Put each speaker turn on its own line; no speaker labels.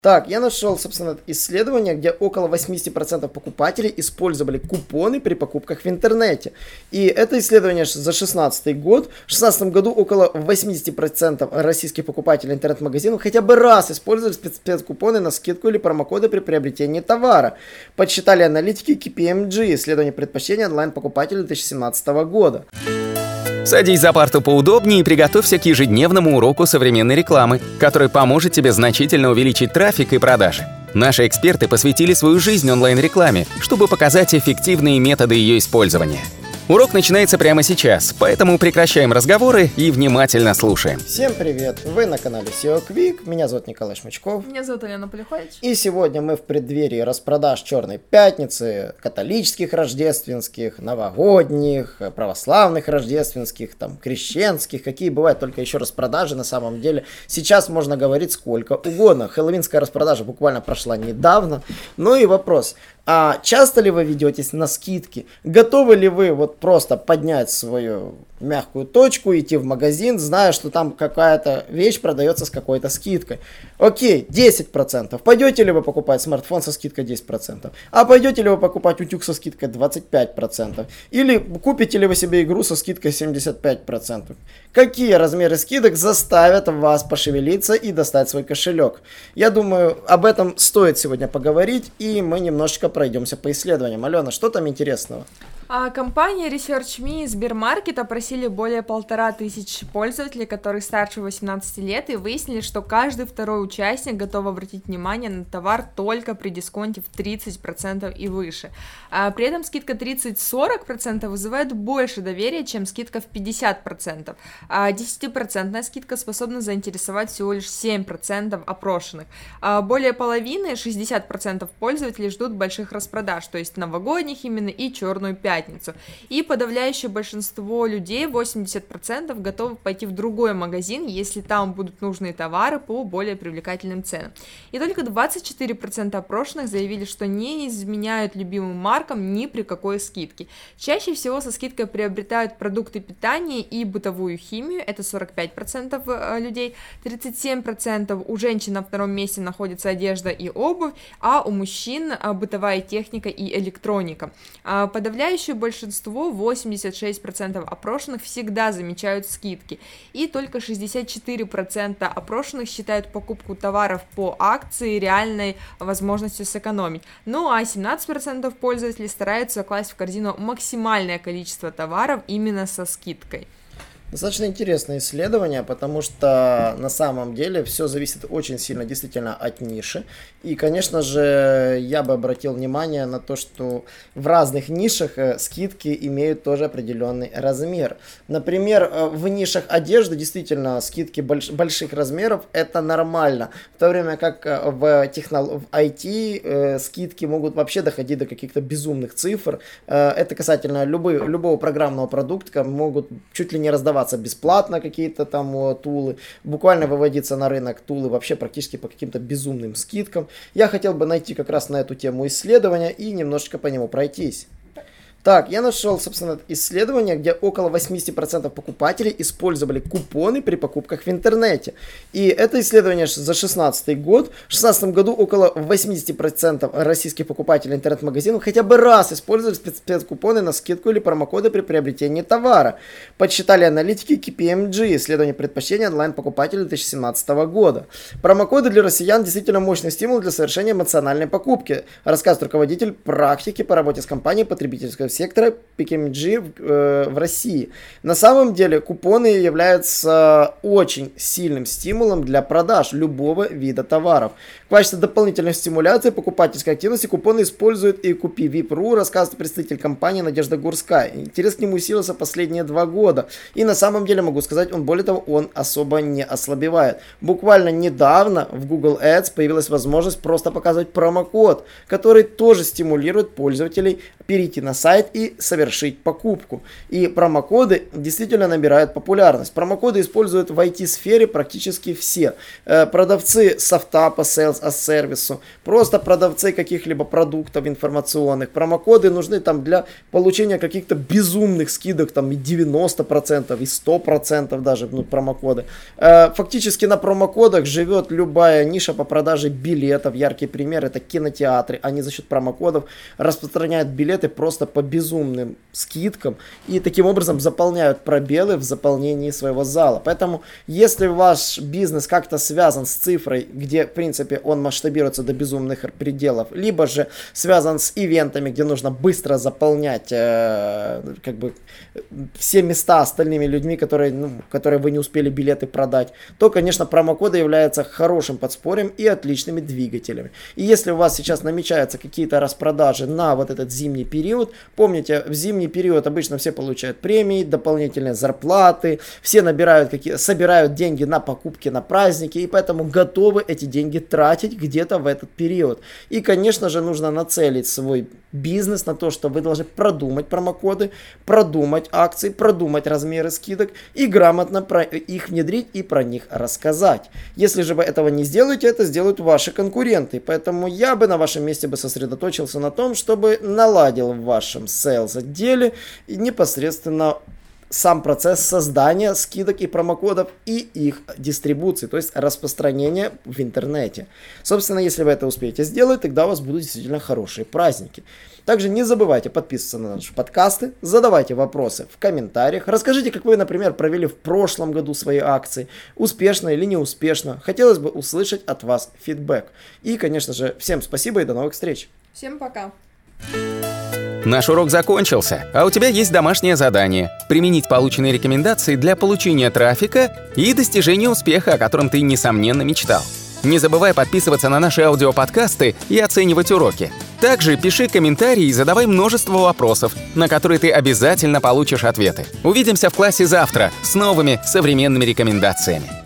Так, я нашел, собственно, исследование, где около 80% покупателей использовали купоны при покупках в интернете. И это исследование за 2016 год. В 2016 году около 80% российских покупателей интернет-магазинов хотя бы раз использовали спецкупоны на скидку или промокоды при приобретении товара. Подсчитали аналитики KPMG, исследование предпочтений онлайн-покупателей 2017 года.
Садись за парту поудобнее и приготовься к ежедневному уроку современной рекламы, который поможет тебе значительно увеличить трафик и продажи. Наши эксперты посвятили свою жизнь онлайн-рекламе, чтобы показать эффективные методы ее использования. Урок начинается прямо сейчас, поэтому прекращаем разговоры и внимательно слушаем.
Всем привет! Вы на канале SEO Quick, меня зовут Николай Шмычков.
Меня зовут Алена Полихович.
И сегодня мы в преддверии распродаж Черной Пятницы, католических рождественских, новогодних, православных рождественских, там, крещенских, какие бывают только еще распродажи на самом деле. Сейчас можно говорить сколько угодно. Хэллоуинская распродажа буквально прошла недавно. Ну и вопрос. А часто ли вы ведетесь на скидки? Готовы ли вы вот просто поднять свою мягкую точку, идти в магазин, зная, что там какая-то вещь продается с какой-то скидкой? Окей, 10%. Пойдете ли вы покупать смартфон со скидкой 10%? А пойдете ли вы покупать утюг со скидкой 25%? Или купите ли вы себе игру со скидкой 75%? Какие размеры скидок заставят вас пошевелиться и достать свой кошелек? Я думаю, об этом стоит сегодня поговорить, и мы немножечко пройдемся по исследованиям. Алена, что там интересного?
Компания ResearchMe и Сбермаркет опросили более 1500 пользователей, которые старше 18 лет, и выяснили, что каждый второй участник готов обратить внимание на товар только при дисконте в 30% и выше. При этом скидка 30-40% вызывает больше доверия, чем скидка в 50%. 10% скидка способна заинтересовать всего лишь 7% опрошенных. Более половины, 60% пользователей ждут больших распродаж, то есть новогодних именно и Черную Пятницу. И подавляющее большинство людей, 80%, готовы пойти в другой магазин, если там будут нужные товары по более привлекательным ценам. И только 24% опрошенных заявили, что не изменяют любимым маркам ни при какой скидке. Чаще всего со скидкой приобретают продукты питания и бытовую химию, это 45% людей, 37% у женщин на втором месте находится одежда и обувь, а у мужчин бытовая техника и электроника. Подавляющее большинство, 86% опрошенных, всегда замечают скидки, и только 64% опрошенных считают покупку товаров по акции реальной возможностью сэкономить. Ну а 17% пользователей стараются класть в корзину максимальное количество товаров именно со скидкой.
Достаточно интересное исследование, потому что на самом деле все зависит очень сильно действительно от ниши. И, конечно же, я бы обратил внимание на то, что в разных нишах скидки имеют тоже определенный размер. Например, в нишах одежды действительно скидки больших размеров это нормально, в то время как в IT скидки могут вообще доходить до каких-то безумных цифр. Это касательно любого программного продукта, могут чуть ли не раздаваться бесплатно какие-то там тулы, буквально выводиться на рынок тулы вообще практически по каким-то безумным скидкам. Я хотел бы найти как раз на эту тему исследования и немножечко по нему пройтись. Так, я нашел, собственно, исследование, где около 80% покупателей использовали купоны при покупках в интернете. И это исследование за 2016 год. В 2016 году около 80% российских покупателей интернет-магазинов хотя бы раз использовали спецкупоны на скидку или промокоды при приобретении товара. Подсчитали аналитики KPMG, исследование предпочтений онлайн-покупателей 2017 года. Промокоды для россиян действительно мощный стимул для совершения эмоциональной покупки, рассказывает руководитель практики по работе с компанией потребительского сектора KPMG в России. На самом деле купоны являются очень сильным стимулом для продаж любого вида товаров. В качестве дополнительной стимуляции покупательской активности купоны используют и Купи.Вип.ру, рассказывает представитель компании Надежда Гурская. Интерес к нему усилился последние 2 года. И на самом деле могу сказать, более того, он особо не ослабевает. Буквально недавно в Google Ads появилась возможность просто показывать промокод, который тоже стимулирует пользователей перейти на сайт сайт и совершить покупку. И промокоды действительно набирают популярность. Промокоды используют в IT-сфере практически все. Продавцы софта по Sales as Service, просто продавцы каких-либо продуктов информационных. Промокоды нужны там для получения каких-то безумных скидок, там и 90%, и 100% даже промокоды. Фактически на промокодах живет любая ниша по продаже билетов. Яркий пример — это кинотеатры. Они за счет промокодов распространяют билеты просто по безумным скидкам и таким образом заполняют пробелы в заполнении своего зала. Поэтому, если ваш бизнес как-то связан с цифрой, где, в принципе, он масштабируется до безумных пределов, либо же связан с ивентами, где нужно быстро заполнять все места остальными людьми, которые вы не успели билеты продать, то, конечно, промокоды являются хорошим подспорьем и отличными двигателями. И если у вас сейчас намечаются какие-то распродажи на вот этот зимний период, помните, в зимний период обычно все получают премии, дополнительные зарплаты, все собирают деньги на покупки, на праздники, и поэтому готовы эти деньги тратить где-то в этот период. И, конечно же, нужно нацелить свой бизнес на то, что вы должны продумать промокоды, продумать акции, продумать размеры скидок и грамотно их внедрить и про них рассказать. Если же вы этого не сделаете, это сделают ваши конкуренты. Поэтому я бы на вашем месте сосредоточился на том, чтобы наладил в вашем sales отделе непосредственно сам процесс создания скидок и промокодов и их дистрибуции, то есть распространения в интернете. Собственно, если вы это успеете сделать, тогда у вас будут действительно хорошие праздники. Также не забывайте подписываться на наши подкасты, задавайте вопросы в комментариях, расскажите, как вы, например, провели в прошлом году свои акции, успешно или не успешно. Хотелось бы услышать от вас фидбэк. И, конечно же, всем спасибо и до новых встреч.
Всем пока.
Наш урок закончился, а у тебя есть домашнее задание – применить полученные рекомендации для получения трафика и достижения успеха, о котором ты, несомненно, мечтал. Не забывай подписываться на наши аудиоподкасты и оценивать уроки. Также пиши комментарии и задавай множество вопросов, на которые ты обязательно получишь ответы. Увидимся в классе завтра с новыми современными рекомендациями.